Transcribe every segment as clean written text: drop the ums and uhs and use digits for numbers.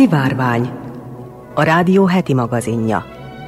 Szivárvány, a rádió heti magazinja.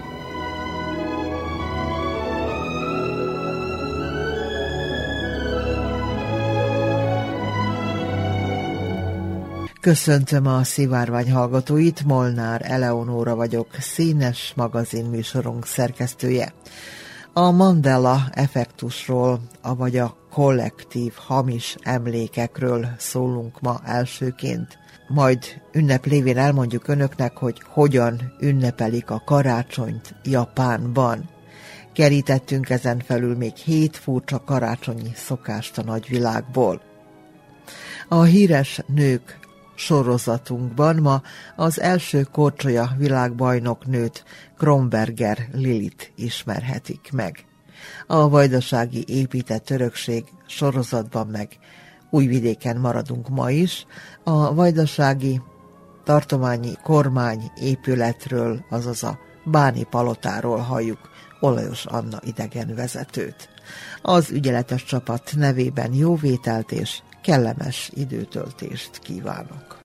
Köszöntöm a Szivárvány hallgatóit, Molnár Eleonóra vagyok, színes magazin műsorunk szerkesztője. A Mandela effektusról, avagy a kollektív hamis emlékekről szólunk ma elsőként. Majd ünnep lévén elmondjuk önöknek, hogy hogyan ünnepelik a karácsonyt Japánban. Kerítettünk ezen felül még 7 furcsa karácsonyi szokást a nagyvilágból. A híres nők sorozatunkban ma az első korcsolya világbajnoknőt, Kronberger Lilit ismerhetik meg. A vajdasági épített örökség sorozatban meg Újvidéken maradunk ma is. A vajdasági tartományi kormány épületről, azaz a Báni palotáról halljuk Olajos Anna idegenvezetőt. Az ügyeletes csapat nevében jó vételt és kellemes időtöltést kívánok!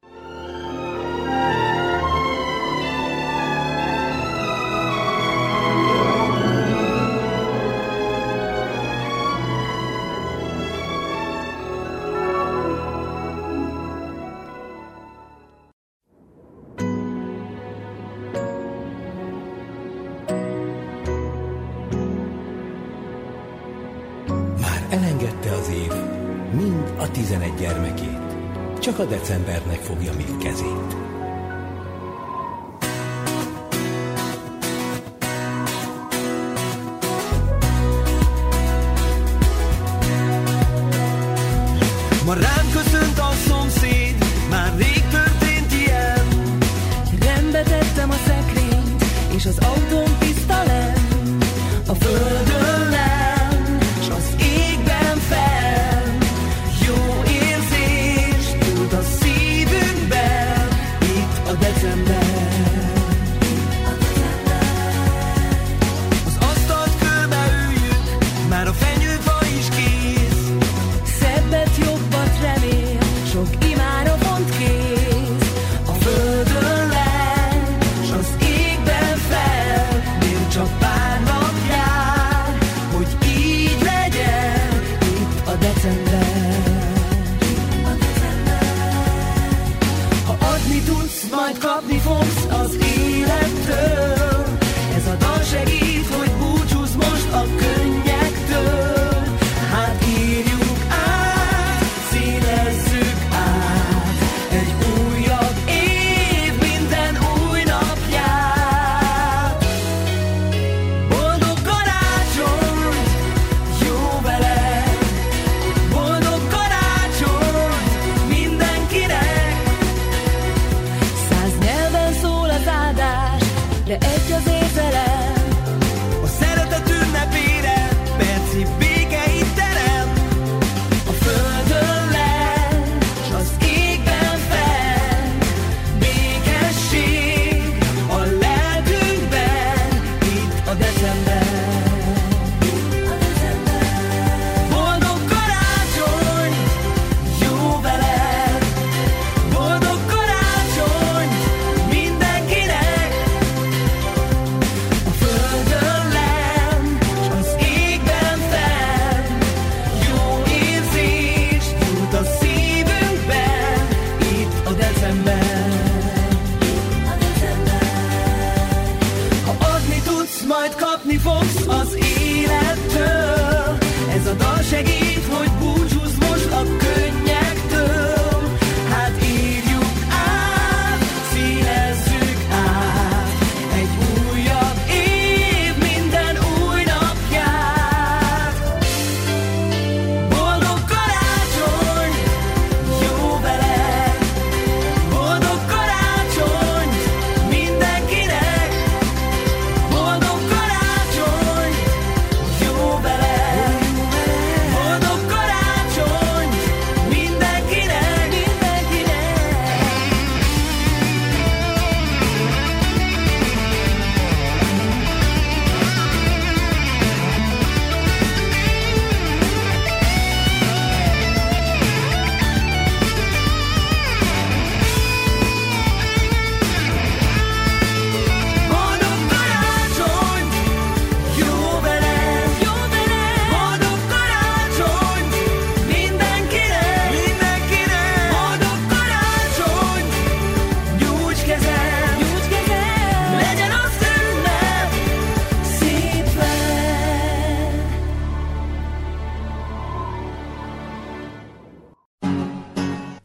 Elengedte az év mind a 11 gyermekét, csak a decembernek fogja még kezét. Ma rám köszönt a szomszéd, már rég történt ilyen. Rendbe tettem a szekrényt, és az autóm tiszta lent. A földön lent, s az égben fenn. Jó érzés tölt a szívünkben, itt a december. Az asztalt körbeüljük, már a fenyőfa is kész. Szebbet, jobbat remél, sok imára pont kész. A földön lent, s az égben fenn, nem csak pár nap jár, hogy így legyen itt a december. Ha adni tudsz, majd kapni fogsz az élettől. Ez a dal segít, hogy búcsúzz most a könnyektől. Hát írjuk át, színezzük át egy újabb év minden új napját. Boldog karácsony, jó veled! Boldog karácsony mindenkinek! 100 nyelven szól az áldás, de egy az érzelem. A szeretet ünnepére perci béke itt terem. A földön lent, s az égben fenn, békesség a lelkünkben, itt a december. Boldog karácsony, jó veled! Boldog karácsony mindenkinek!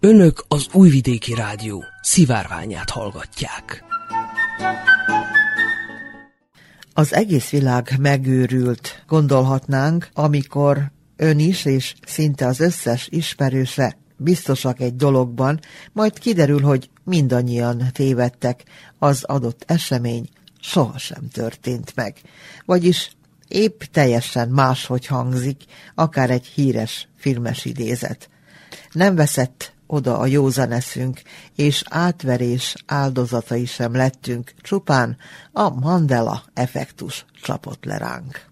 Önök az Újvidéki Rádió szivárványát hallgatják. Az egész világ megőrült, gondolhatnánk, amikor ön is és szinte az összes ismerőse biztosak egy dologban, majd kiderül, hogy mindannyian tévedtek, az adott esemény sohasem történt meg. Vagyis épp teljesen máshogy hangzik, akár egy híres filmes idézet. Nem veszett oda a józan eszünk, és átverés áldozatai sem lettünk, csupán a Mandela-effektus csapott le ránk.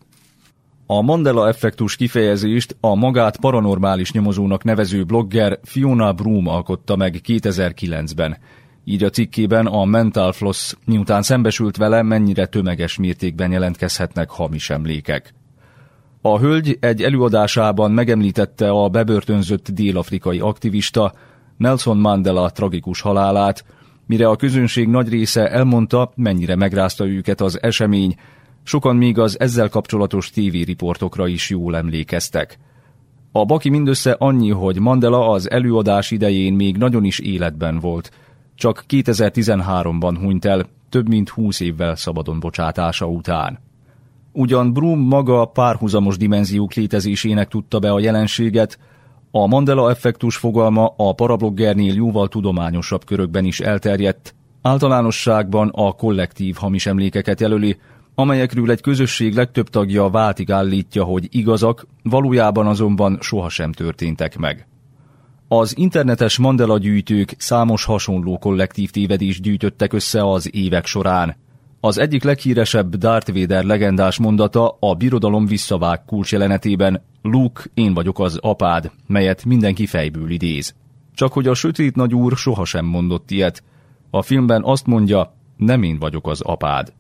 A Mandela-effektus kifejezést a magát paranormális nyomozónak nevező blogger Fiona Broom alkotta meg 2009-ben. Így a cikkében a Mental Floss miután szembesült vele, mennyire tömeges mértékben jelentkezhetnek hamis emlékek. A hölgy egy előadásában megemlítette a bebörtönzött dél-afrikai aktivista Nelson Mandela tragikus halálát, mire a közönség nagy része elmondta, mennyire megrázta őket az esemény, sokan még az ezzel kapcsolatos tévériportokra is jól emlékeztek. A baki mindössze annyi, hogy Mandela az előadás idején még nagyon is életben volt, csak 2013-ban hunyt el, több mint 20 évvel szabadon bocsátása után. Ugyan Broom maga párhuzamos dimenziók létezésének tudta be a jelenséget, a Mandela-effektus fogalma a parabloggernél jóval tudományosabb körökben is elterjedt, általánosságban a kollektív hamis emlékeket jelöli, amelyekről egy közösség legtöbb tagja váltig állítja, hogy igazak, valójában azonban sohasem történtek meg. Az internetes Mandela gyűjtők számos hasonló kollektív tévedést gyűjtöttek össze az évek során. Az egyik leghíresebb Darth Vader legendás mondata a Birodalom visszavág kulcsjelenetében: Luke, én vagyok az apád, melyet mindenki fejből idéz. Csak hogy a sötét nagyúr sohasem mondott ilyet. A filmben azt mondja, nem én vagyok az apád.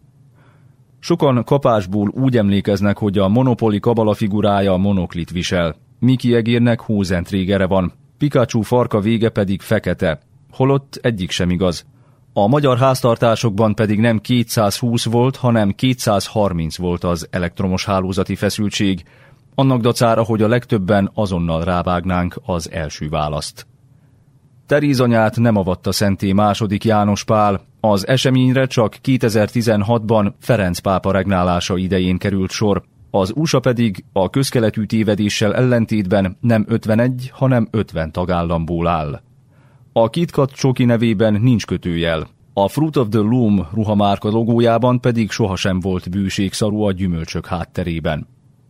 Sokan kapásból úgy emlékeznek, hogy a Monopoly kabala figurája monoklit visel, Mickey egérnek hózentrégere van, Pikachu farka vége pedig fekete, holott egyik sem igaz. A magyar háztartásokban pedig nem 220 volt, hanem 230 volt az elektromos hálózati feszültség, annak dacára, hogy a legtöbben azonnal rávágnánk az első választ. Terézanyát nem avatta szenté II. János Pál, az eseményre csak 2016-ban Ferenc pápa regnálása idején került sor, az USA pedig a közkeletű tévedéssel ellentétben nem 51, hanem 50 tagállamból áll. A KitKat csoki nevében nincs kötőjel, a Fruit of the Loom ruhamárka logójában pedig sohasem volt bőségszarú a gyümölcsök hátterében.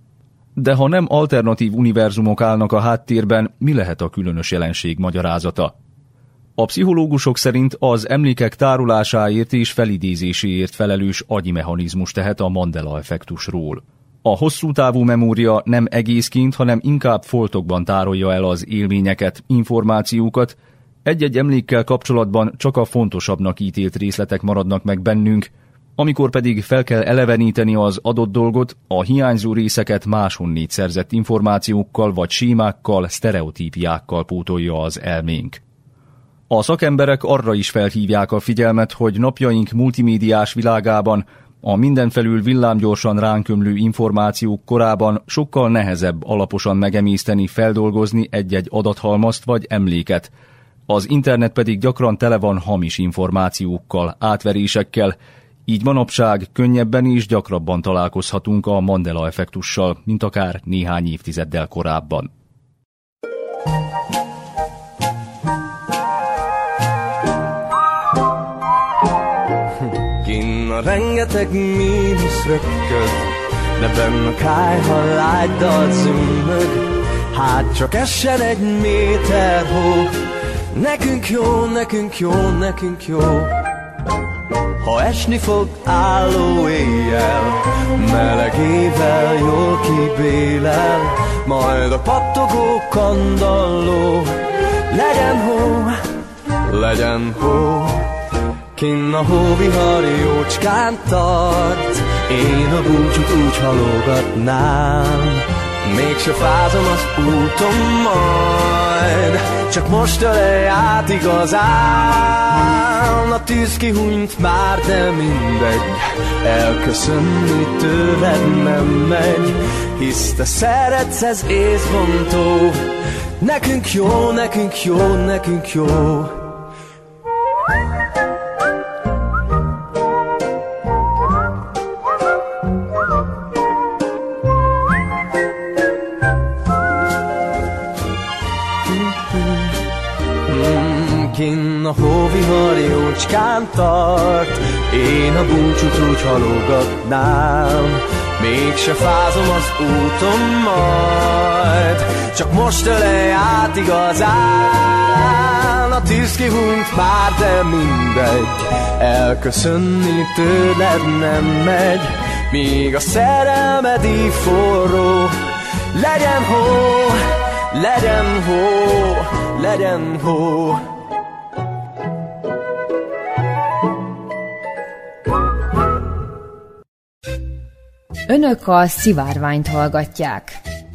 De ha nem alternatív univerzumok állnak a háttérben, mi lehet a különös jelenség magyarázata? A pszichológusok szerint az emlékek tárolásáért és felidézéséért felelős agyi mechanizmus tehet a Mandela-effektusról. A hosszú távú memória nem egészként, hanem inkább foltokban tárolja el az élményeket, információkat, egy-egy emlékkel kapcsolatban csak a fontosabbnak ítélt részletek maradnak meg bennünk, amikor pedig fel kell eleveníteni az adott dolgot, a hiányzó részeket máshonnét szerzett információkkal vagy sémákkal, sztereotípiákkal pótolja az elménk. A szakemberek arra is felhívják a figyelmet, hogy napjaink multimédiás világában a mindenfelül villámgyorsan ránk ömlő információk korában sokkal nehezebb alaposan megemészteni, feldolgozni egy-egy adathalmazt vagy emléket. Az internet pedig gyakran tele van hamis információkkal, átverésekkel, így manapság könnyebben és gyakrabban találkozhatunk a Mandela-effektussal, mint akár néhány évtizeddel korábban. Rengeteg mínusz rökköd, de benn a kályha lágy dalt zümmög. Hát csak essen egy méter hó, nekünk jó, nekünk jó, nekünk jó. Ha esni fog álló éjjel, melegével jól kibélel, majd a pattogó kandalló. Legyen hó, legyen hó, kinn a hóvihar jócskán tart, én a búcsút úgy halogatnám, mégse fázom az úton majd, csak most ölej át igazán. A tűz kihúnyt már, de mindegy, elköszönni tőled nem megy, hisz te szeretsz, ez észbontó. Nekünk jó, nekünk jó, nekünk jó. Kinn a hóvihar jócskán tart, én a búcsút úgy halogatnám, mégse fázom az úton majd, csak most ölej át igazán. A tűz kihúnyt már, de mindegy, elköszönni tőled nem megy, míg a szerelmed így forró. Legyen hó, legyen hó, legyen hó. Önök a Szivárványt hallgatják.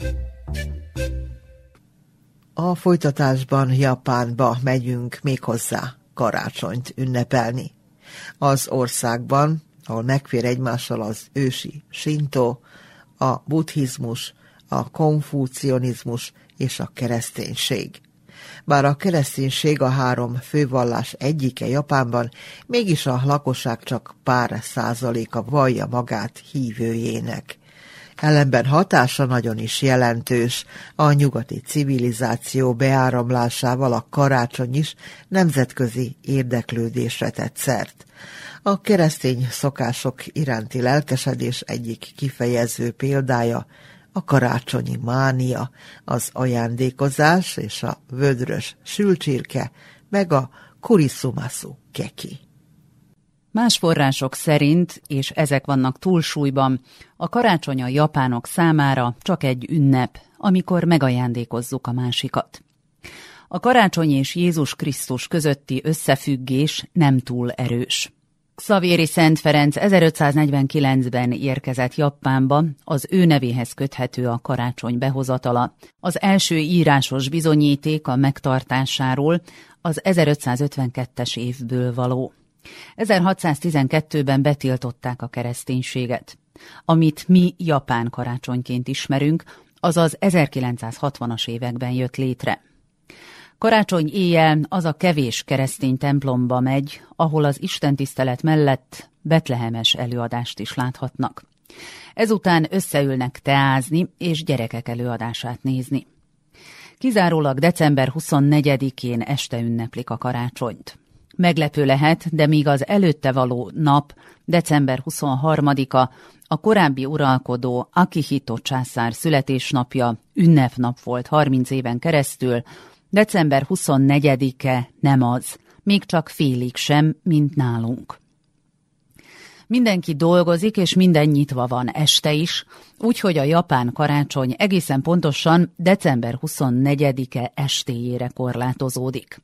A folytatásban Japánba megyünk méghozzá karácsonyt ünnepelni. Az országban, ahol megfér egymással az ősi sintó, a buddhizmus, a konfucionizmus és a kereszténység. Bár a kereszténység a 3 fővallás egyike Japánban, mégis a lakosság csak pár százaléka vallja magát hívőjének. Ellenben hatása nagyon is jelentős. A nyugati civilizáció beáramlásával a karácsony is nemzetközi érdeklődésre tett szert. A keresztény szokások iránti lelkesedés egyik kifejező példája a karácsonyi mánia, az ajándékozás és a vödrös sülcsirke, meg a kurisumasu keki. Más források szerint, és ezek vannak túlsúlyban, a karácsony a japánok számára csak egy ünnep, amikor megajándékozzuk a másikat. A karácsony és Jézus Krisztus közötti összefüggés nem túl erős. Xavéri Szent Ferenc 1549-ben érkezett Japánba, az ő nevéhez köthető a karácsony behozatala. Az első írásos bizonyíték a megtartásáról az 1552-es évből való. 1612-ben betiltották a kereszténységet. Amit mi japán karácsonyként ismerünk, az az 1960-as években jött létre. Karácsony éjjel az a kevés keresztény templomba megy, ahol az istentisztelet mellett betlehemes előadást is láthatnak. Ezután összeülnek teázni és gyerekek előadását nézni. Kizárólag december 24-én este ünneplik a karácsonyt. Meglepő lehet, de míg az előtte való nap, december 23-a, a korábbi uralkodó Akihito császár születésnapja ünnepnap volt 30 éven keresztül, december 24-e nem az, még csak félig sem, mint nálunk. Mindenki dolgozik, és minden nyitva van este is, úgyhogy a japán karácsony egészen pontosan december 24-e estéjére korlátozódik.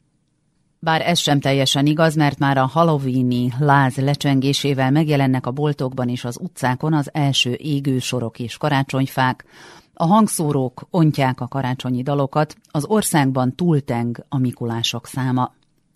Bár ez sem teljesen igaz, mert már a halloweeni láz lecsengésével megjelennek a boltokban és az utcákon az első égősorok és karácsonyfák, a hangszórók ontják a karácsonyi dalokat, az országban túlteng a mikulások száma.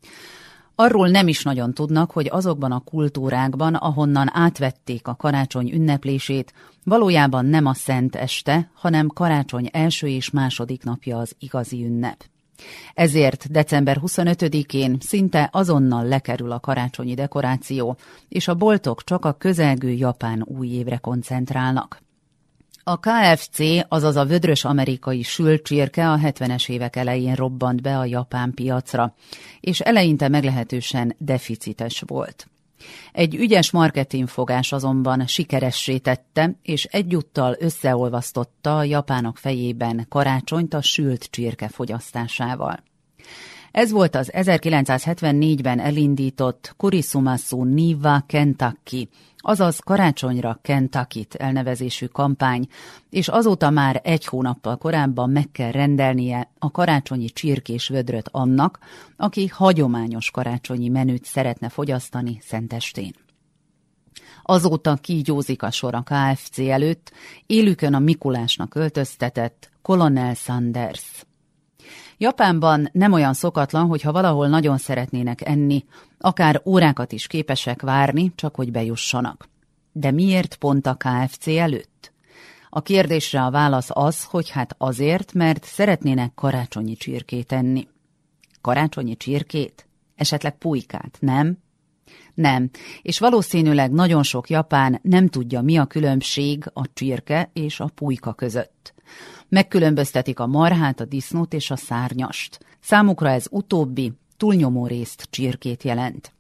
Arról nem is nagyon tudnak, hogy azokban a kultúrákban, ahonnan átvették a karácsony ünneplését, valójában nem a szent este, hanem karácsony első és második napja az igazi ünnep. Ezért december 25-én szinte azonnal lekerül a karácsonyi dekoráció, és a boltok csak a közelgő japán új évre koncentrálnak. A KFC, azaz a vödrös amerikai sülcsirke a 70-es évek elején robbant be a japán piacra, és eleinte meglehetősen deficites volt. Egy ügyes marketingfogás azonban sikeressé tette, és egyúttal összeolvasztotta a japánok fejében karácsonyt a sült csirke fogyasztásával. Ez volt az 1974-ben elindított Kurisumasu Niwa Kentucky, azaz karácsonyra Kentuckit elnevezésű kampány, és azóta már 1 hónappal korábban meg kell rendelnie a karácsonyi csirkés vödröt annak, aki hagyományos karácsonyi menüt szeretne fogyasztani szentestén. Azóta kígyózik a sor a KFC előtt, élükön a Mikulásnak öltöztetett Colonel Sanders. Japánban nem olyan szokatlan, hogyha valahol nagyon szeretnének enni, akár órákat is képesek várni, csak hogy bejussanak. De miért pont a KFC előtt? A kérdésre a válasz az, hogy hát azért, mert szeretnének karácsonyi csirkét enni. Karácsonyi csirkét? Esetleg pulykát, nem? Nem, és valószínűleg nagyon sok japán nem tudja, mi a különbség a csirke és a pulyka között. Megkülönböztetik a marhát, a disznót és a szárnyast. Számukra ez utóbbi túlnyomó részt csirkét jelent.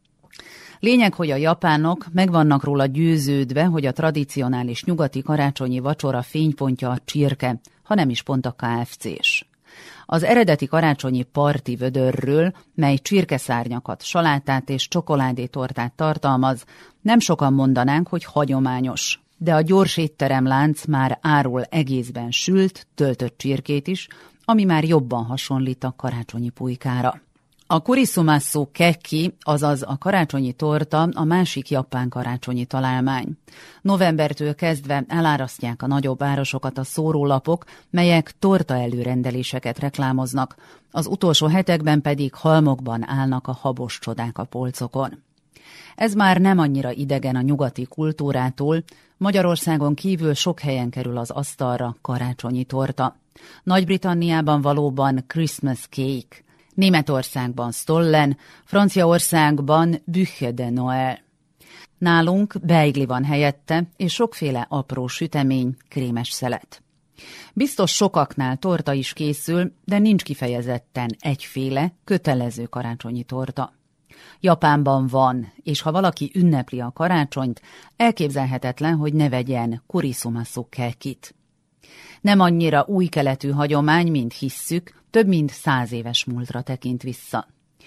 Lényeg, hogy a japánok meg vannak róla győződve, hogy a tradicionális nyugati karácsonyi vacsora fénypontja a csirke, ha nem is pont a KFC-s. Az eredeti karácsonyi parti vödörről, mely csirkeszárnyakat, salátát és csokoládétortát tartalmaz, nem sokan mondanánk, hogy hagyományos, de a gyors étteremlánc már árul egészben sült, töltött csirkét is, ami már jobban hasonlít a karácsonyi pulykára. A kurisumasu keki, azaz a karácsonyi torta a másik japán karácsonyi találmány. Novembertől kezdve elárasztják a nagyobb városokat a szórólapok, melyek torta előrendeléseket reklámoznak, az utolsó hetekben pedig halmokban állnak a habos csodák a polcokon. Ez már nem annyira idegen a nyugati kultúrától, Magyarországon kívül sok helyen kerül az asztalra karácsonyi torta. Nagy-Britanniában valóban Christmas cake, Németországban Stollen, Franciaországban Bûche de Noël. Nálunk beigli van helyette, és sokféle apró sütemény, krémes szelet. Biztos sokaknál torta is készül, de nincs kifejezetten egyféle, kötelező karácsonyi torta. Japánban van, és ha valaki ünnepli a karácsonyt, elképzelhetetlen, hogy ne vegyen kurisumasu kekit. Nem annyira új keletű hagyomány, mint hisszük, több mint 100 éves múltra tekint vissza.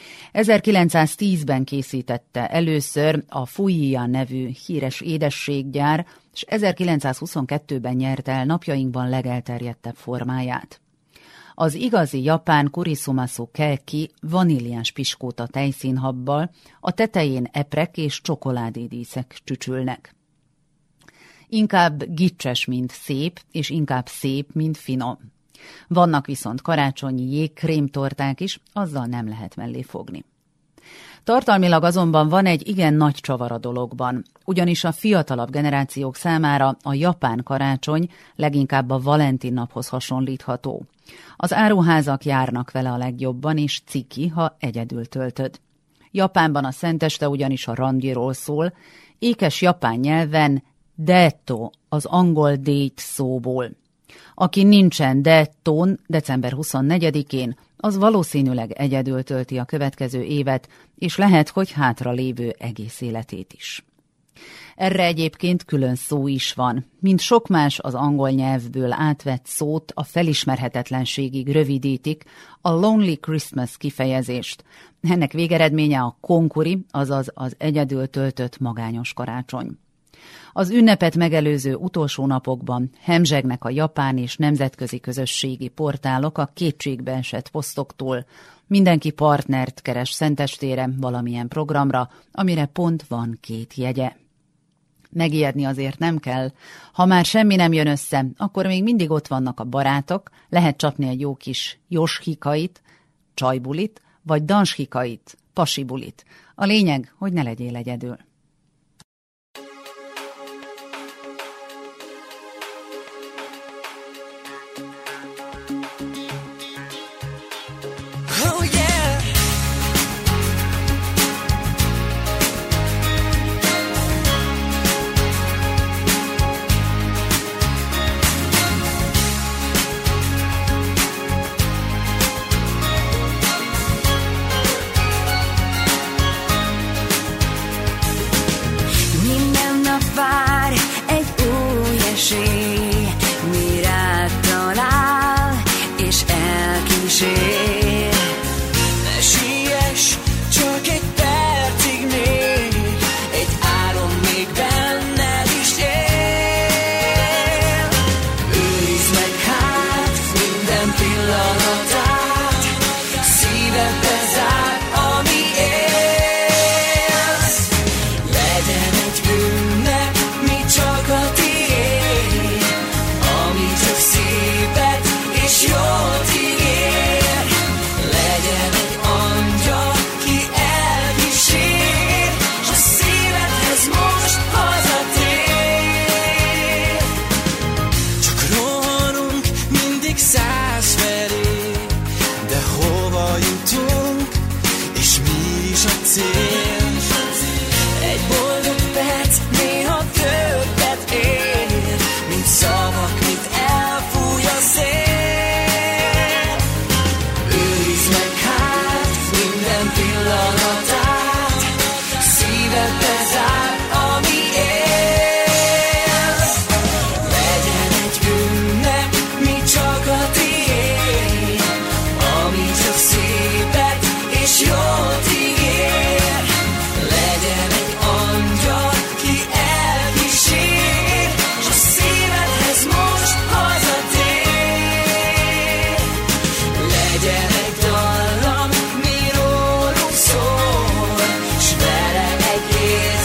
1910-ben készítette először a Fujiya nevű híres édességgyár, és 1922-ben nyerte el napjainkban legelterjedtebb formáját. Az igazi japán kurisumasu keki vaníliás piskóta tejszínhabbal, a tetején eprek és csokoládédíszek csücsülnek. Inkább gicses, mint szép, és inkább szép, mint finom. Vannak viszont karácsonyi jégkrémtorták is, azzal nem lehet mellé fogni. Tartalmilag azonban van egy igen nagy csavar a dologban, ugyanis a fiatalabb generációk számára a japán karácsony leginkább a Valentin naphoz hasonlítható. Az áruházak járnak vele a legjobban, és ciki, ha egyedül töltöd. Japánban a szenteste ugyanis a randiról szól, ékes japán nyelven detto, az angol date szóból. Aki nincsen dettón december 24-én, az valószínűleg egyedül tölti a következő évet, és lehet, hogy hátra lévő egész életét is. Erre egyébként külön szó is van. Mint sok más az angol nyelvből átvett szót a felismerhetetlenségig rövidítik, a Lonely Christmas kifejezést. Ennek végeredménye a konkuri, azaz az egyedül töltött magányos karácsony. Az ünnepet megelőző utolsó napokban hemzsegnek a japán és nemzetközi közösségi portálok a kétségbeesett posztoktól. Mindenki partnert keres szentestére, valamilyen programra, amire pont van 2 jegye. Megijedni azért nem kell. Ha már semmi nem jön össze, akkor még mindig ott vannak a barátok, lehet csapni egy jó kis joshikait, csajbulit, vagy danshikait, pasibulit. A lényeg, hogy ne legyél egyedül.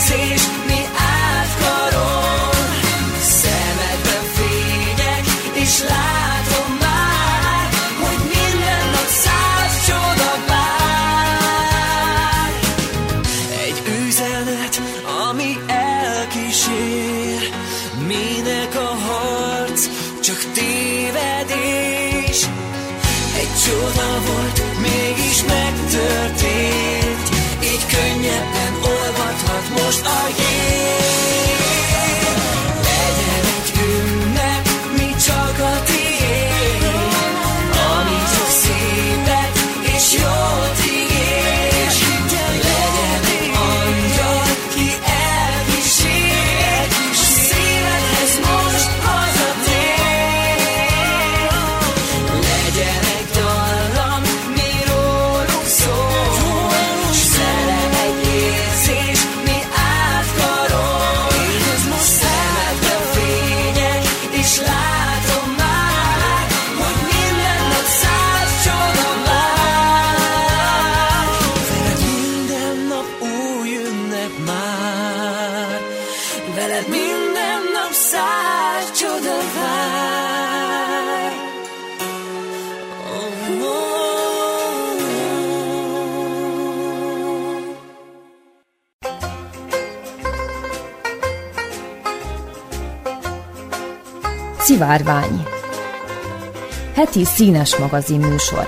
érzés, mi átkarol. Szemedben fények, és látom már, hogy minden nap 100 csoda vár. Egy üzenet, ami elkísér, minek a harc, csak tévedés. Egy csoda volt, mégis megtörtént, így könnyebben olvadhat most a jég. Legyen egy ünnep, mi csak a tiéd, ami csak szépet és jót ígér. Legyen egy angyal, ki elkísér, a szívedhez most hazatér. Legyen egy dallam, mi róluk szól, s vele egy érzés, mi átkarol. Szemedben fények, és látom már, hogy minden nap 100 csoda vár. Veled minden nap új ünnep már, veled minden nap 100 csoda vár. Oh, oh. Szivárvány. Heti színes magazin műsor.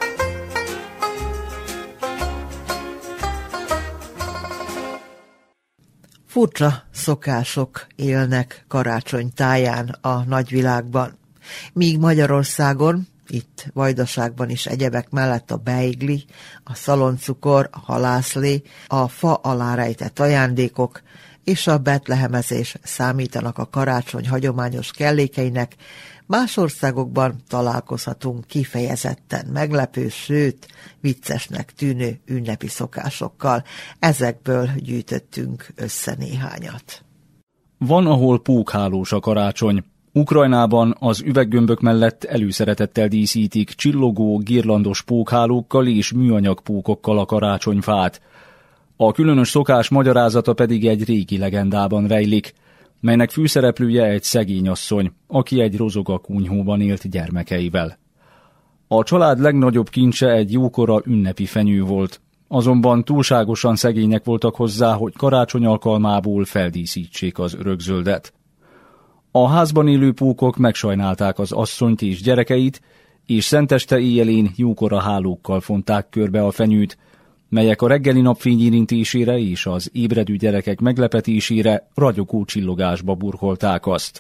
Furcsa szokások élnek karácsony táján a nagyvilágban. Míg Magyarországon, itt Vajdaságban is egyebek mellett a beigli, a szaloncukor, a halászlé, a fa alá rejtett ajándékok és a betlehemezés számítanak a karácsony hagyományos kellékeinek, más országokban találkozhatunk kifejezetten meglepő, sőt, viccesnek tűnő ünnepi szokásokkal. Ezekből gyűjtöttünk össze néhányat. Van, ahol pókhálós a karácsony. Ukrajnában az üveggömbök mellett előszeretettel díszítik csillogó, girlandos pókhálókkal és műanyag pókokkal a karácsonyfát. A különös szokás magyarázata pedig egy régi legendában rejlik, melynek főszereplője egy szegény asszony, aki egy rozogakúnyhóban élt gyermekeivel. A család legnagyobb kincse egy jókora ünnepi fenyő volt, azonban túlságosan szegények voltak hozzá, hogy karácsony alkalmából feldíszítsék az örökzöldet. A házban élő pókok megsajnálták az asszonyt és gyerekeit, és szenteste éjjelén jókora hálókkal fonták körbe a fenyőt, melyek a reggeli napfény érintésére és az ébredő gyerekek meglepetésére ragyogó csillogásba burkolták azt.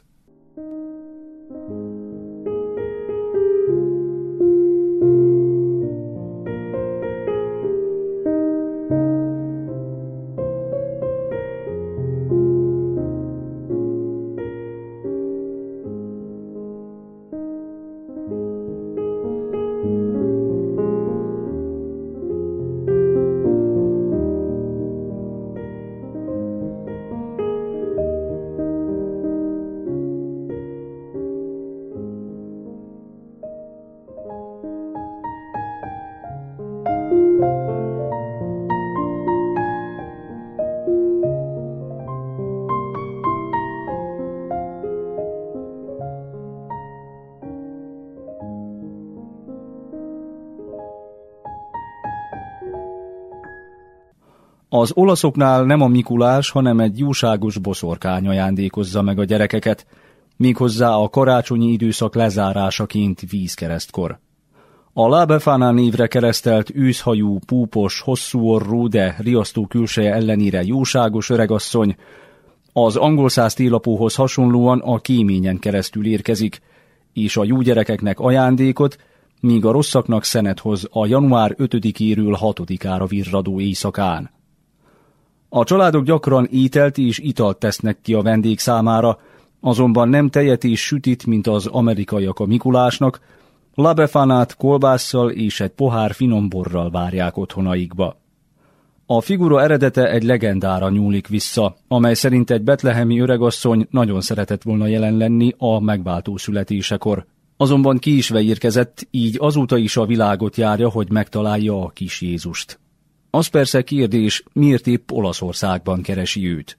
Az olaszoknál nem a Mikulás, hanem egy jóságos boszorkány ajándékozza meg a gyerekeket, méghozzá a karácsonyi időszak lezárásaként vízkeresztkor. A La Befana névre keresztelt őszhajú, púpos, hosszú orrú, de riasztó külseje ellenére jóságos öregasszony az angol száz télapóhoz hasonlóan a kéményen keresztül érkezik, és a jó gyerekeknek ajándékot, míg a rosszaknak szenet hoz a január 5-éről 6-ára virradó éjszakán. A családok gyakran ételt és italt tesznek ki a vendég számára, azonban nem tejet és sütit, mint az amerikaiak a Mikulásnak, La Befanát kolbásszal és egy pohár finom borral várják otthonaikba. A figura eredete egy legendára nyúlik vissza, amely szerint egy betlehemi öregasszony nagyon szeretett volna jelen lenni a megváltó születésekor. Azonban késve érkezett, így azóta is a világot járja, hogy megtalálja a kis Jézust. Az persze kérdés, miért épp Olaszországban keresi őt.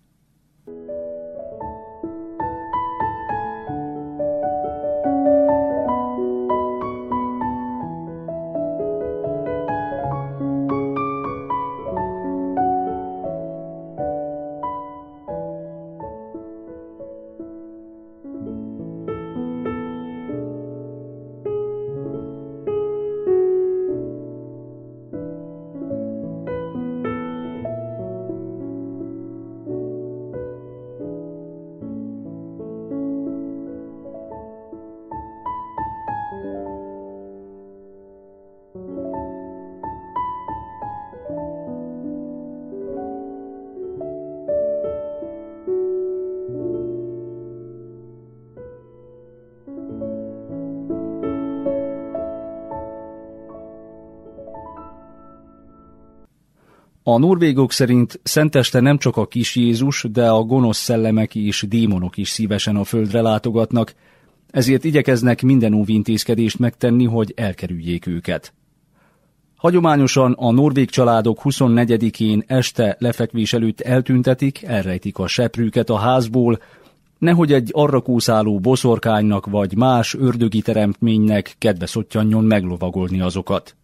A norvégok szerint szenteste nem csak a kis Jézus, de a gonosz szellemek és démonok is szívesen a földre látogatnak, ezért igyekeznek minden óvintézkedést megtenni, hogy elkerüljék őket. Hagyományosan a norvég családok 24-én este lefekvés előtt eltüntetik, elrejtik a seprűket a házból, nehogy egy arra kúszáló boszorkánynak vagy más ördögi teremtménynek kedve szottyanjon meglovagolni azokat.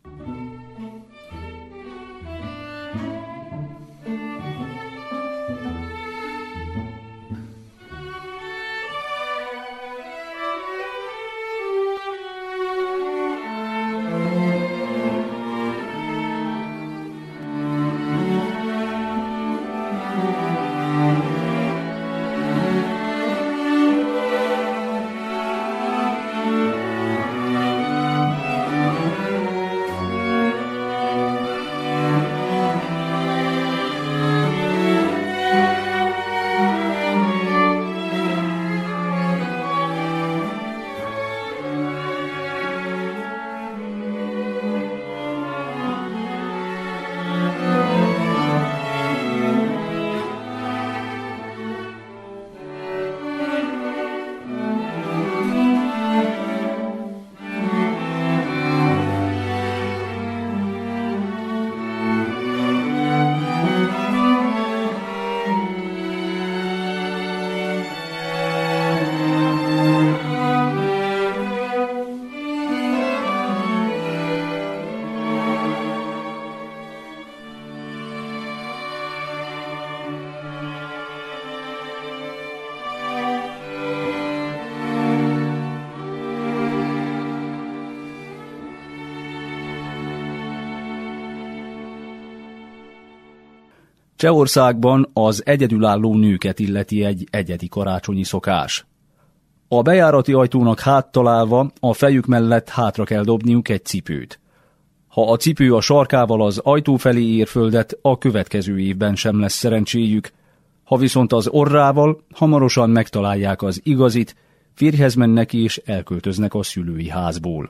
Csehországban az egyedülálló nőket illeti egy egyedi karácsonyi szokás. A bejárati ajtónak háttalálva a fejük mellett hátra kell dobniuk egy cipőt. Ha a cipő a sarkával az ajtó felé ér földet, a következő évben sem lesz szerencséjük. Ha viszont az orrával, hamarosan megtalálják az igazit, férjhez mennek és elköltöznek a szülői házból.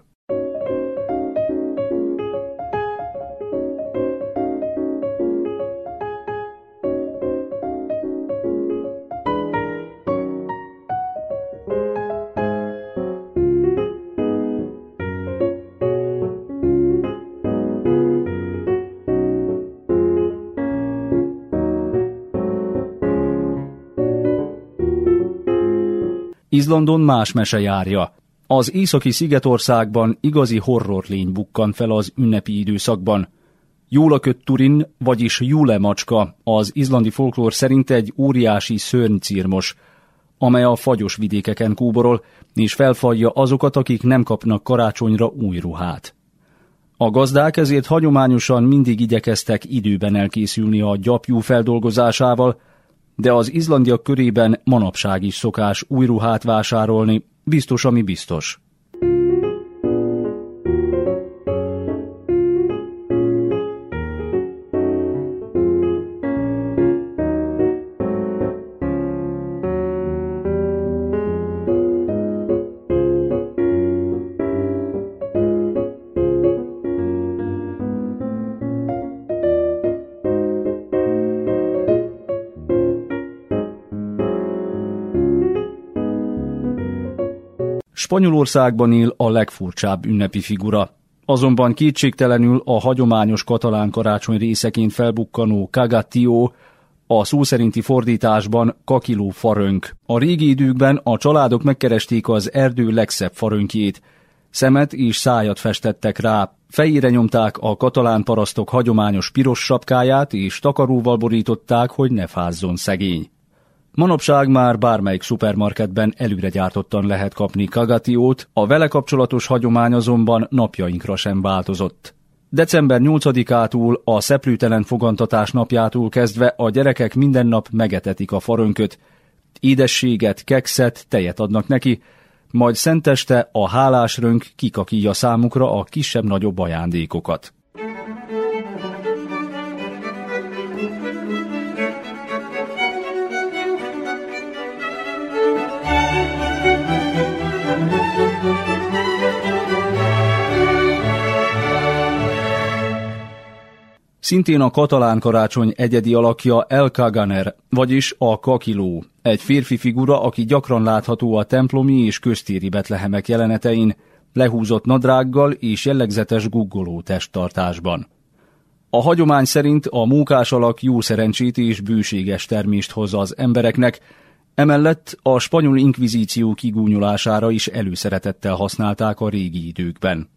Izlandon más mese járja. Az északi szigetországban igazi horrorlény bukkan fel az ünnepi időszakban. Jólakötturin, vagyis Júlemacska az izlandi folklór szerint egy óriási szörnycirmos, amely a fagyos vidékeken kóborol, és felfalja azokat, akik nem kapnak karácsonyra új ruhát. A gazdák ezért hagyományosan mindig igyekeztek időben elkészülni a gyapjú feldolgozásával, de az izlandiak körében manapság is szokás új ruhát vásárolni, biztos, ami biztos. Spanyolországban él a legfurcsább ünnepi figura, azonban kétségtelenül a hagyományos katalán karácsony részeként felbukkanó cagatio, a szó szerinti fordításban kakiló farönk. A régi időkben a családok megkeresték az erdő legszebb farönkjét, szemet és szájat festettek rá, fejére nyomták a katalán parasztok hagyományos piros sapkáját, és takaróval borították, hogy ne fázzon szegény. Manapság már bármelyik szupermarketben előre gyártottan lehet kapni cagatiót, a vele kapcsolatos hagyomány azonban napjainkra sem változott. December 8-ától, a szeplőtelen fogantatás napjától kezdve a gyerekek minden nap megetetik a farönköt, édességet, kekszet, tejet adnak neki, majd szenteste a hálás rönk kikakíja számukra a kisebb-nagyobb ajándékokat. Szintén a katalán karácsony egyedi alakja El Caganer, vagyis a kakiló, egy férfi figura, aki gyakran látható a templomi és köztéri betlehemek jelenetein, lehúzott nadrággal és jellegzetes guggoló testtartásban. A hagyomány szerint a mókás alak jó szerencsét és bőséges termést hoz az embereknek, emellett a spanyol inkvizíció kigúnyolására is előszeretettel használták a régi időkben.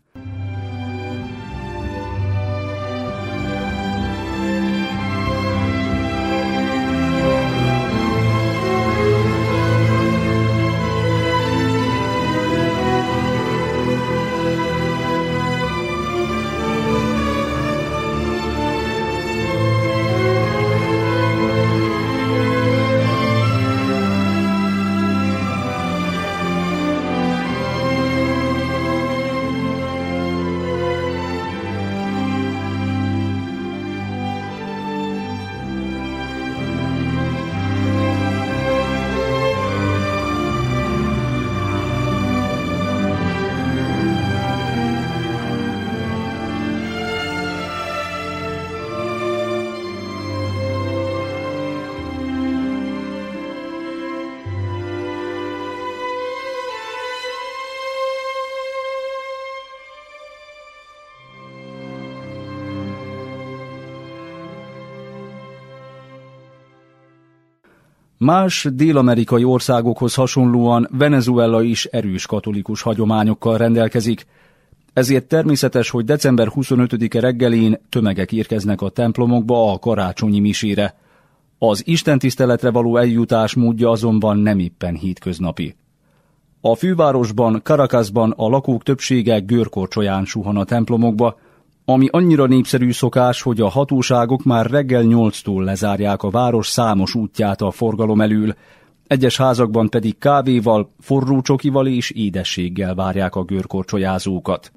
Más dél-amerikai országokhoz hasonlóan Venezuela is erős katolikus hagyományokkal rendelkezik, ezért természetes, hogy december 25-e reggelén tömegek érkeznek a templomokba a karácsonyi misére. Az istentiszteletre való eljutás módja azonban nem éppen hétköznapi. A fővárosban, Caracasban a lakók többsége görkorcsolyán suhan a templomokba, ami annyira népszerű szokás, hogy a hatóságok már reggel 8-tól lezárják a város számos útját a forgalom elől, egyes házakban pedig kávéval, forró csokival és édességgel várják a görkorcsolyázókat.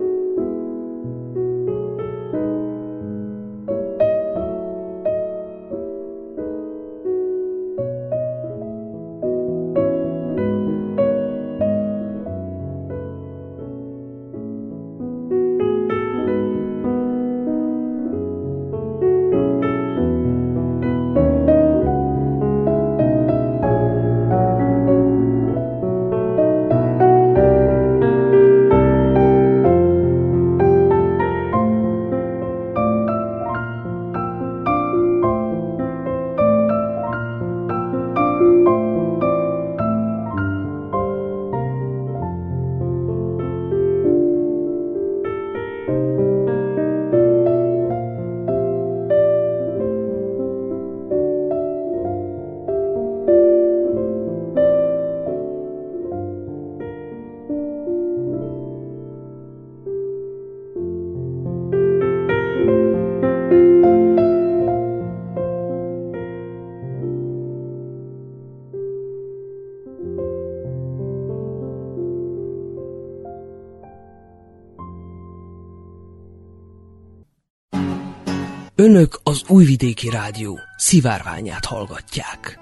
Önök az Újvidéki Rádió szivárványát hallgatják.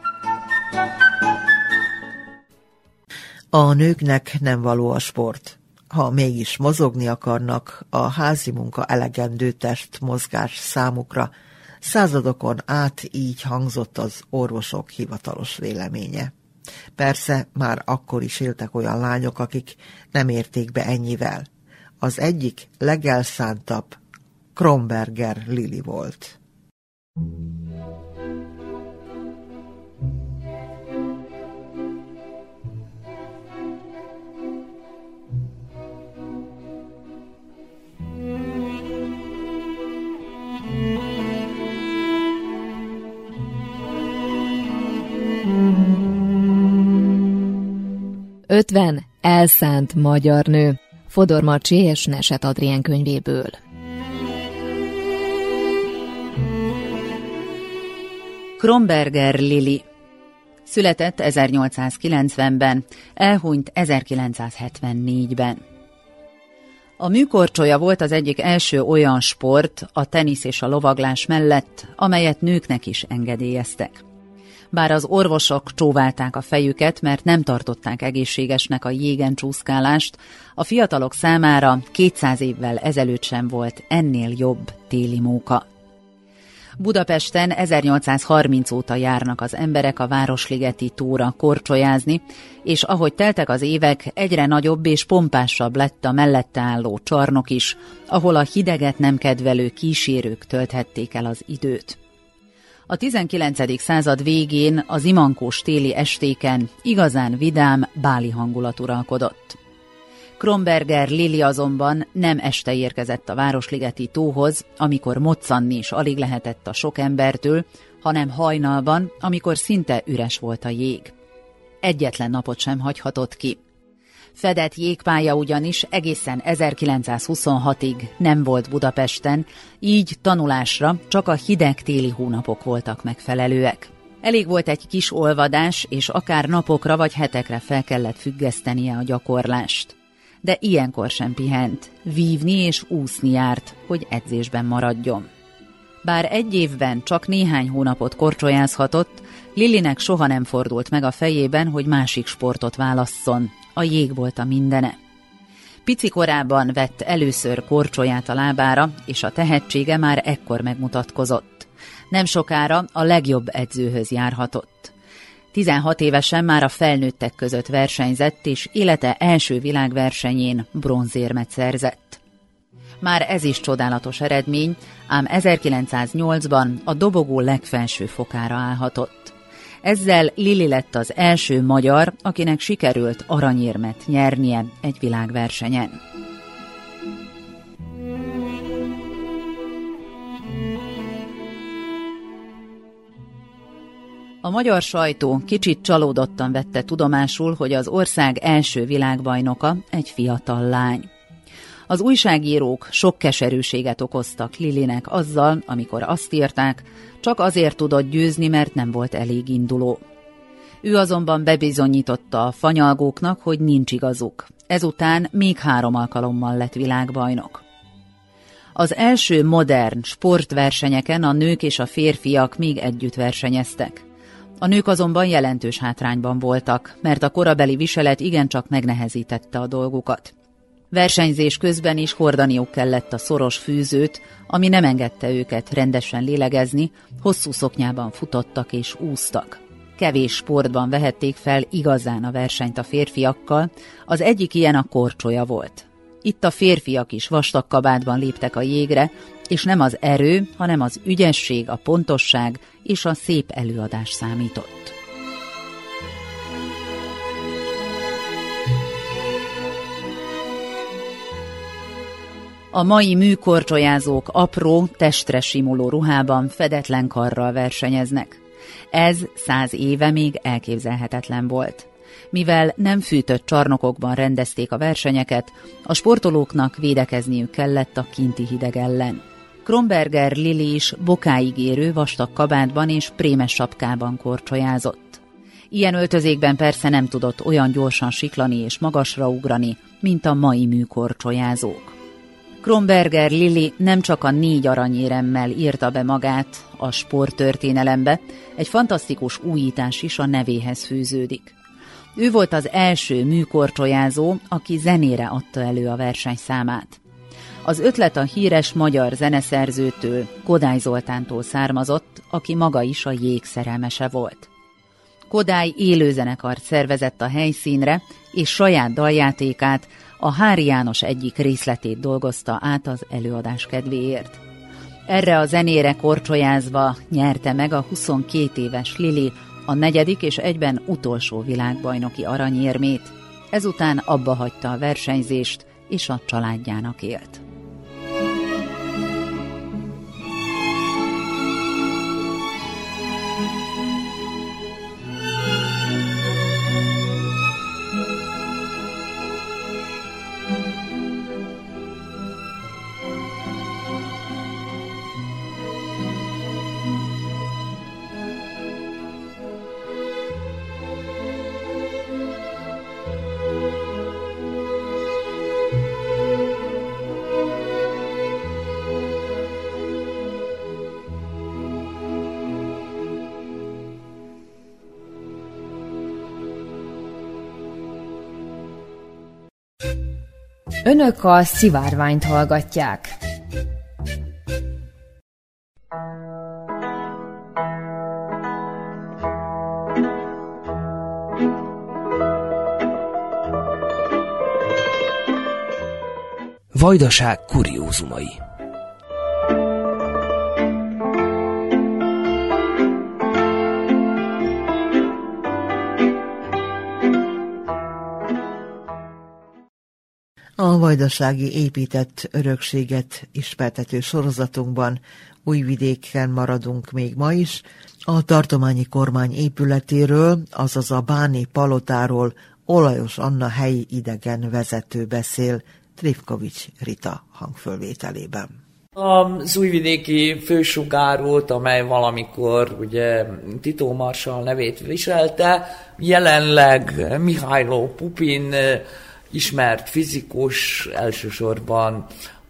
A nőknek nem való a sport. Ha mégis mozogni akarnak, a házi munka elegendő testmozgás számukra. Századokon át így hangzott az orvosok hivatalos véleménye. Persze már akkor is éltek olyan lányok, akik nem érték be ennyivel. az egyik legelszántabb Kromberger Lili volt. Ötven elszánt magyar nő. Fodor Marcsi és Neset Adrien könyvéből. Kromberger Lili született 1890-ben, elhunyt 1974-ben. A műkorcsolya volt az egyik első olyan sport a tenisz és a lovaglás mellett, amelyet nőknek is engedélyeztek. Bár az orvosok csóválták a fejüket, mert nem tartották egészségesnek a jégen csúszkálást, a fiatalok számára 200 évvel ezelőtt sem volt ennél jobb téli móka. Budapesten 1830 óta járnak az emberek a Városligeti tóra korcsolyázni, és ahogy teltek az évek, egyre nagyobb és pompásabb lett a mellette álló csarnok is, ahol a hideget nem kedvelő kísérők tölthették el az időt. A 19. század végén az imankós téli estéken igazán vidám, báli hangulat uralkodott. Kromberger Lili azonban nem este érkezett a Városligeti tóhoz, amikor moccanni is alig lehetett a sok embertől, hanem hajnalban, amikor szinte üres volt a jég. Egyetlen napot sem hagyhatott ki. Fedett jégpálya ugyanis egészen 1926-ig nem volt Budapesten, így tanulásra csak a hideg téli hónapok voltak megfelelőek. Elég volt egy kis olvadás, és akár napokra vagy hetekre fel kellett függesztenie a gyakorlást. De ilyenkor sem pihent, vívni és úszni járt, hogy edzésben maradjon. Bár egy évben csak néhány hónapot korcsolyázhatott, Lilinek soha nem fordult meg a fejében, hogy másik sportot válasszon. A jég volt a mindene. Pici korában vett először korcsolyát a lábára, és a tehetsége már ekkor megmutatkozott. Nem sokára a legjobb edzőhöz járhatott. 16 évesen már a felnőttek között versenyzett, és élete első világversenyén bronzérmet szerzett. Már ez is csodálatos eredmény, ám 1908-ban a dobogó legfelső fokára állhatott. Ezzel Lili lett az első magyar, akinek sikerült aranyérmet nyernie egy világversenyen. A magyar sajtó kicsit csalódottan vette tudomásul, hogy az ország első világbajnoka egy fiatal lány. Az újságírók sok keserűséget okoztak Lilinek azzal, amikor azt írták, csak azért tudott győzni, mert nem volt elég induló. Ő azonban bebizonyította a fanyalgóknak, hogy nincs igazuk. Ezután még 3 alkalommal lett világbajnok. Az első modern sportversenyeken a nők és a férfiak még együtt versenyeztek. A nők azonban jelentős hátrányban voltak, mert a korabeli viselet igencsak megnehezítette a dolgukat. Versenyzés közben is hordaniuk kellett a szoros fűzőt, ami nem engedte őket rendesen lélegezni, hosszú szoknyában futottak és úsztak. Kevés sportban vehették fel igazán a versenyt a férfiakkal, az egyik ilyen a korcsolya volt. Itt a férfiak is vastag kabátban léptek a jégre, és nem az erő, hanem az ügyesség, a pontosság és a szép előadás számított. A mai műkorcsolyázók apró, testre simuló ruhában fedetlen karral versenyeznek. Ez 100 éve még elképzelhetetlen volt. Mivel nem fűtött csarnokokban rendezték a versenyeket, a sportolóknak védekezniük kellett a kinti hideg ellen. Kromberger Lili is bokáig érő vastag kabátban és prémes sapkában korcsolyázott. Ilyen öltözékben persze nem tudott olyan gyorsan siklani és magasra ugrani, mint a mai műkorcsolyázók. Kromberger Lili nem csak a 4 aranyéremmel írta be magát a sporttörténelembe, egy fantasztikus újítás is a nevéhez fűződik. Ő volt az első műkorcsolyázó, aki zenére adta elő a versenyszámát. Az ötlet a híres magyar zeneszerzőtől, Kodály Zoltántól származott, aki maga is a jég szerelmese volt. Kodály élőzenekart szervezett a helyszínre, és saját daljátékát, a Hári János egyik részletét dolgozta át az előadás kedvéért. Erre a zenére korcsolyázva nyerte meg a 22 éves Lili a 4. és egyben utolsó világbajnoki aranyérmét. Ezután abba hagyta a versenyzést, és a családjának élt. Önök a Szivárványt hallgatják. Vajdaság kuriózumai. A vajdasági épített örökséget ismertető sorozatunkban Újvidéken maradunk még ma is. A tartományi kormány épületéről, azaz a Báni palotáról Olajos Anna helyi idegen vezető beszél Trifkovics Rita hangfölvételében. Az újvidéki fősugárút, amely valamikor ugye Tito Marsall nevét viselte, jelenleg Mihailo Pupin ismert fizikus, elsősorban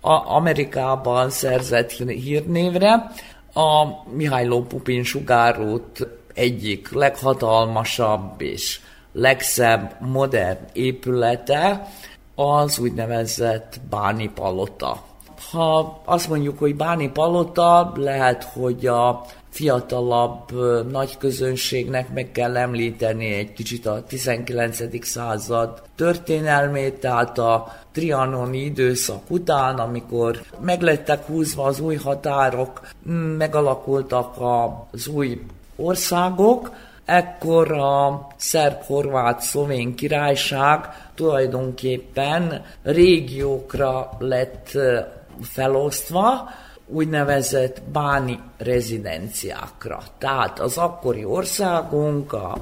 Amerikában szerzett hírnévre. A Mihailo Pupin sugárút egyik leghatalmasabb és legszebb modern épülete az úgynevezett Báni palota. Ha azt mondjuk, hogy Báni palota, lehet, hogy a fiatalabb nagy közönségnek meg kell említeni egy kicsit a 19. század történelmét, tehát a trianoni időszak után, amikor meglettek húzva az új határok, megalakultak az új országok, ekkor a szerb-horvát-szlovén királyság tulajdonképpen régiókra lett felosztva, úgynevezett báni rezidenciákra. Tehát az akkori országunk, a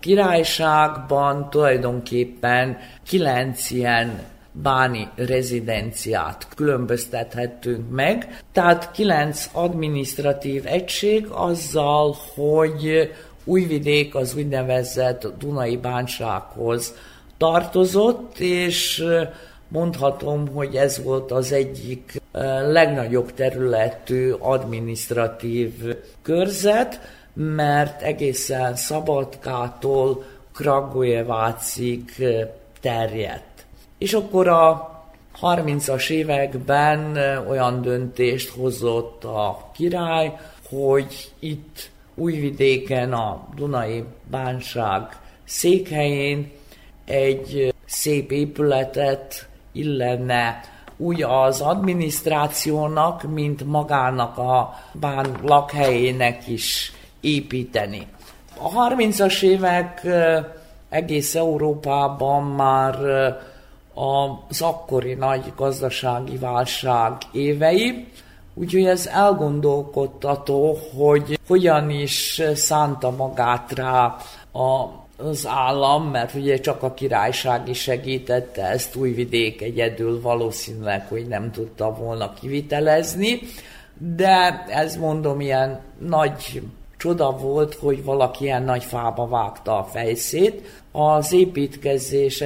királyságban tulajdonképpen 9 ilyen báni rezidenciát különböztethettünk meg, tehát 9 adminisztratív egység azzal, hogy Újvidék az úgynevezett Dunai bánsághoz tartozott, és mondhatom, hogy ez volt az egyik legnagyobb területű adminisztratív körzet, mert egészen Szabadkától Kragujevácig terjedt. És akkor a 30-as években olyan döntést hozott a király, hogy itt Újvidéken, a Dunai bánság székhelyén egy szép épületet illene úgy az adminisztrációnak, mint magának a bán lakhelyének is építeni. A 30-as évek egész Európában már az akkori nagy gazdasági válság évei, úgyhogy ez elgondolkodtató, hogy hogyan is szánta magát rá az állam, mert ugye csak a királyság is segítette ezt, Újvidék egyedül valószínűleg, hogy nem tudta volna kivitelezni, de ez mondom, ilyen nagy csoda volt, hogy valaki ilyen nagy fába vágta a fejszét. Az építkezés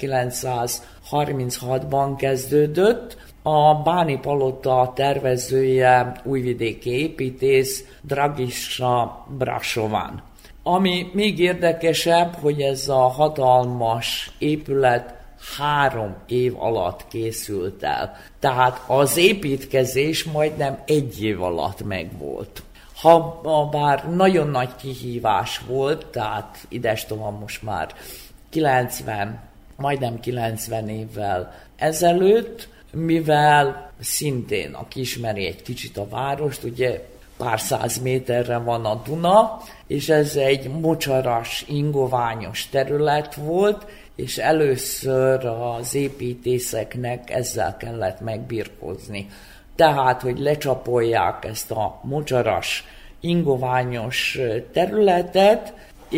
1936-ban kezdődött, a Báni palota tervezője újvidéki építész Dragiša Brašovan. Ami még érdekesebb, hogy ez a hatalmas épület 3 év alatt készült el. Tehát az építkezés majdnem 1 év alatt megvolt. Bár nagyon nagy kihívás volt, tehát idestova most már 90 majdnem 90 évvel ezelőtt, mivel szintén, aki ismeri egy kicsit a várost, ugye pár száz méterre van a Duna, és ez egy mocsaras, ingoványos terület volt, és először az építészeknek ezzel kellett megbirkózni. Tehát, hogy lecsapolják ezt a mocsaras, ingoványos területet,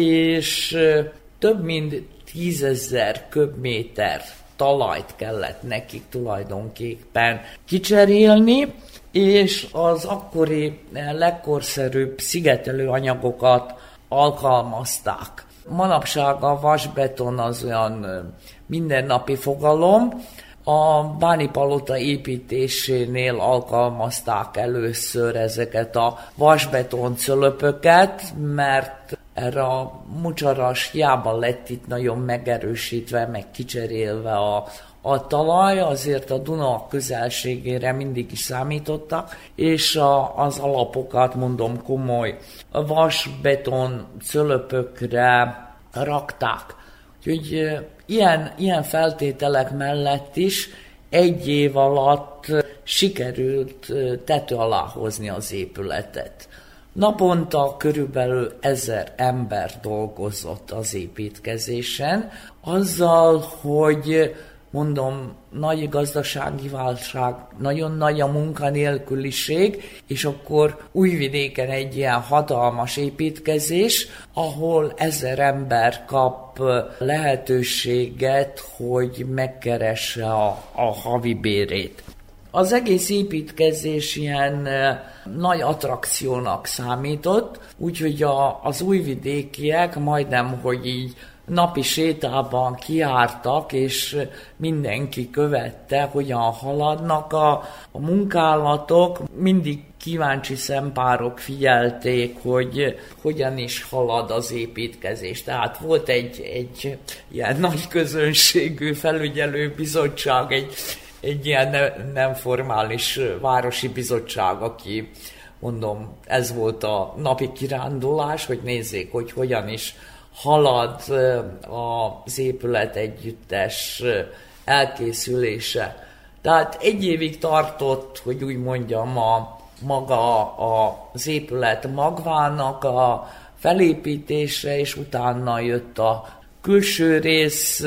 és több mint 10 000 köbméter talajt kellett nekik tulajdonképpen kicserélni, és az akkori legkorszerűbb szigetelő anyagokat alkalmazták. Manapság a vasbeton az olyan mindennapi fogalom. A Báni palota építésénél alkalmazták először ezeket a vasbeton cölöpöket, mert erre a mocsaras hiába lett itt nagyon megerősítve, meg kicserélve a talaj, azért a Duna közelségére mindig is számítottak, és az alapokat, mondom, komoly vasbeton cölöpökre rakták. Úgyhogy ilyen feltételek mellett is egy év alatt sikerült tető alá hozni az épületet. Naponta körülbelül 1000 ember dolgozott az építkezésen, azzal, hogy mondom, nagy gazdasági válság, nagyon nagy a munkanélküliség, és akkor Újvidéken egy ilyen hatalmas építkezés, ahol 1000 ember kap lehetőséget, hogy megkeresse a havi bérét. Az egész építkezés ilyen nagy attrakciónak számított, úgyhogy az újvidékiek majdnem, hogy így napi sétában kijártak, és mindenki követte, hogyan haladnak a munkálatok. Mindig kíváncsi szempárok figyelték, hogy hogyan is halad az építkezés. Tehát volt egy ilyen nagy közönségű felügyelőbizottság, egy ilyen nem formális városi bizottság, aki, mondom, ez volt a napi kirándulás, hogy nézzék, hogy hogyan is halad az épület együttes elkészülése. Tehát egy évig tartott, hogy úgy mondjam, maga az épület magvának a felépítése, és utána jött a külső rész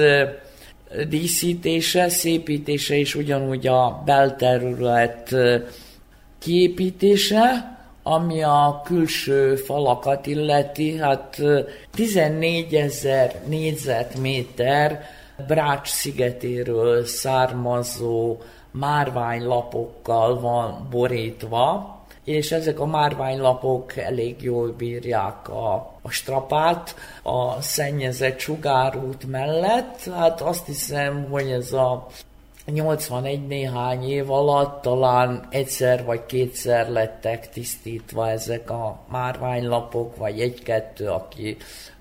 díszítése, szépítése, és ugyanúgy a belterület kiépítése, ami a külső falakat illeti, hát 14 000 négyzetméter Brács szigetéről származó márványlapokkal van borítva, és ezek a márványlapok elég jól bírják a strapát a szennyezett sugárút mellett. Hát azt hiszem, hogy ez a 81 néhány év alatt talán egyszer vagy kétszer lettek tisztítva ezek a márványlapok, vagy egy-kettő, aki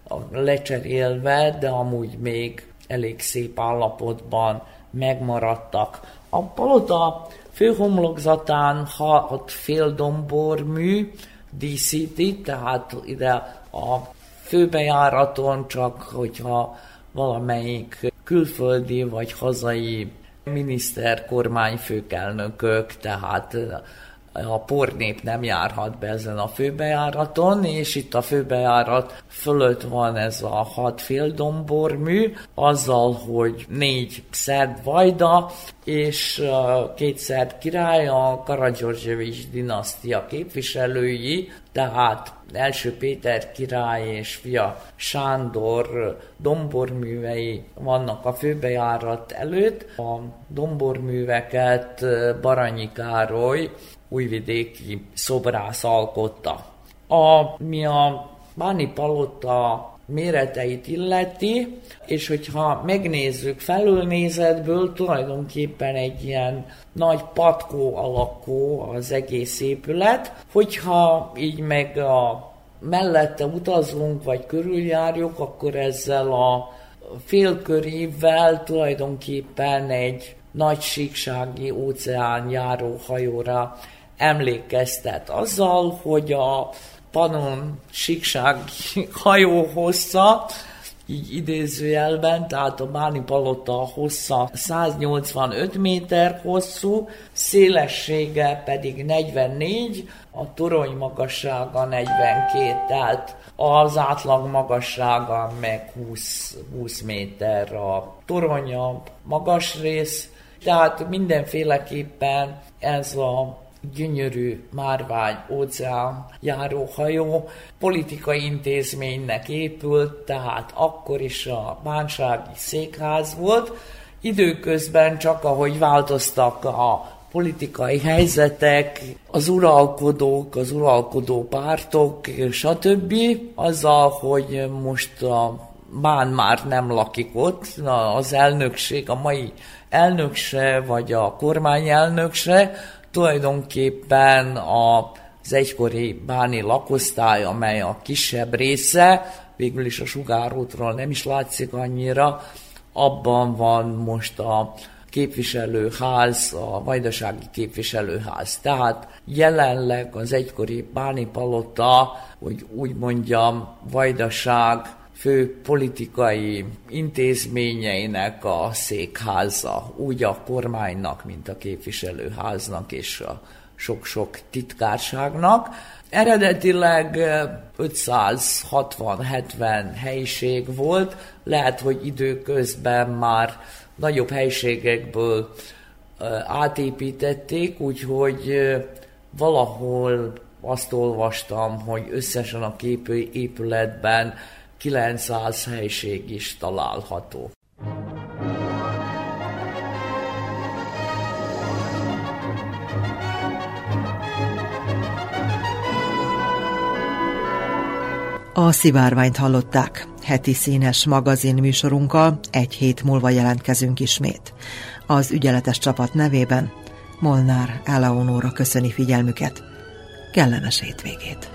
lecserélve, de amúgy még elég szép állapotban megmaradtak. A palota főhomlokzatán 6 féldombormű díszíti, tehát ide a főbejáraton csak, hogyha valamelyik külföldi vagy hazai miniszter, kormányfőkelnökök, tehát a pornép nem járhat be ezen a főbejáraton, és itt a főbejárat fölött van ez a 6 féldombormű, azzal, hogy 4 szerb vajda, és 2 szerb király, a Karadzsorzsevics dinasztia képviselői, tehát első Péter király és fia Sándor domborművei vannak a főbejárat előtt. A domborműveket Baranyi Károly újvidéki szobrász alkotta. Ami a Báni palota méreteit illeti, és hogyha megnézzük felülnézetből, tulajdonképpen egy ilyen nagy patkó alakú az egész épület. Hogyha így meg a mellette utazunk, vagy körüljárjuk, akkor ezzel a félkörével tulajdonképpen egy nagy síksági óceánjáró hajóra emlékeztet. Azzal, hogy a Pannon síksági hajó hossza így idézőjelben, tehát a Báni Palota hossza 185 méter hosszú, szélessége pedig 44, a torony magassága 42, tehát az átlag magassága meg 20 méter, a torony a magas rész, tehát mindenféleképpen ez a gyönyörű márvány-óceán járóhajó politikai intézménynek épült, tehát akkor is a bánsági székház volt. Időközben csak ahogy változtak a politikai helyzetek, az uralkodók, az uralkodó pártok, stb. Azzal, hogy most a Bán már nem lakik ott, az elnökség, a mai elnök se, vagy a kormányelnök se, tulajdonképpen az egykori báni lakosztály, amely a kisebb része, végül is a Sugárútról nem is látszik annyira, abban van most a képviselőház, a vajdasági képviselőház. Tehát jelenleg az egykori Báni Palota, hogy úgy mondjam, Vajdaság fő politikai intézményeinek a székháza, úgy a kormánynak, mint a képviselőháznak és a sok-sok titkárságnak. Eredetileg 560-70 helyiség volt, lehet, hogy időközben már nagyobb helyiségekből átépítették, úgyhogy valahol azt olvastam, hogy összesen a épületben 900 helység is található. A Szivárványt hallották. Heti színes magazin műsorunkkal egy hét múlva jelentkezünk ismét. Az ügyeletes csapat nevében Molnár Eleonóra köszöni figyelmüket. Kellemes hétvégét!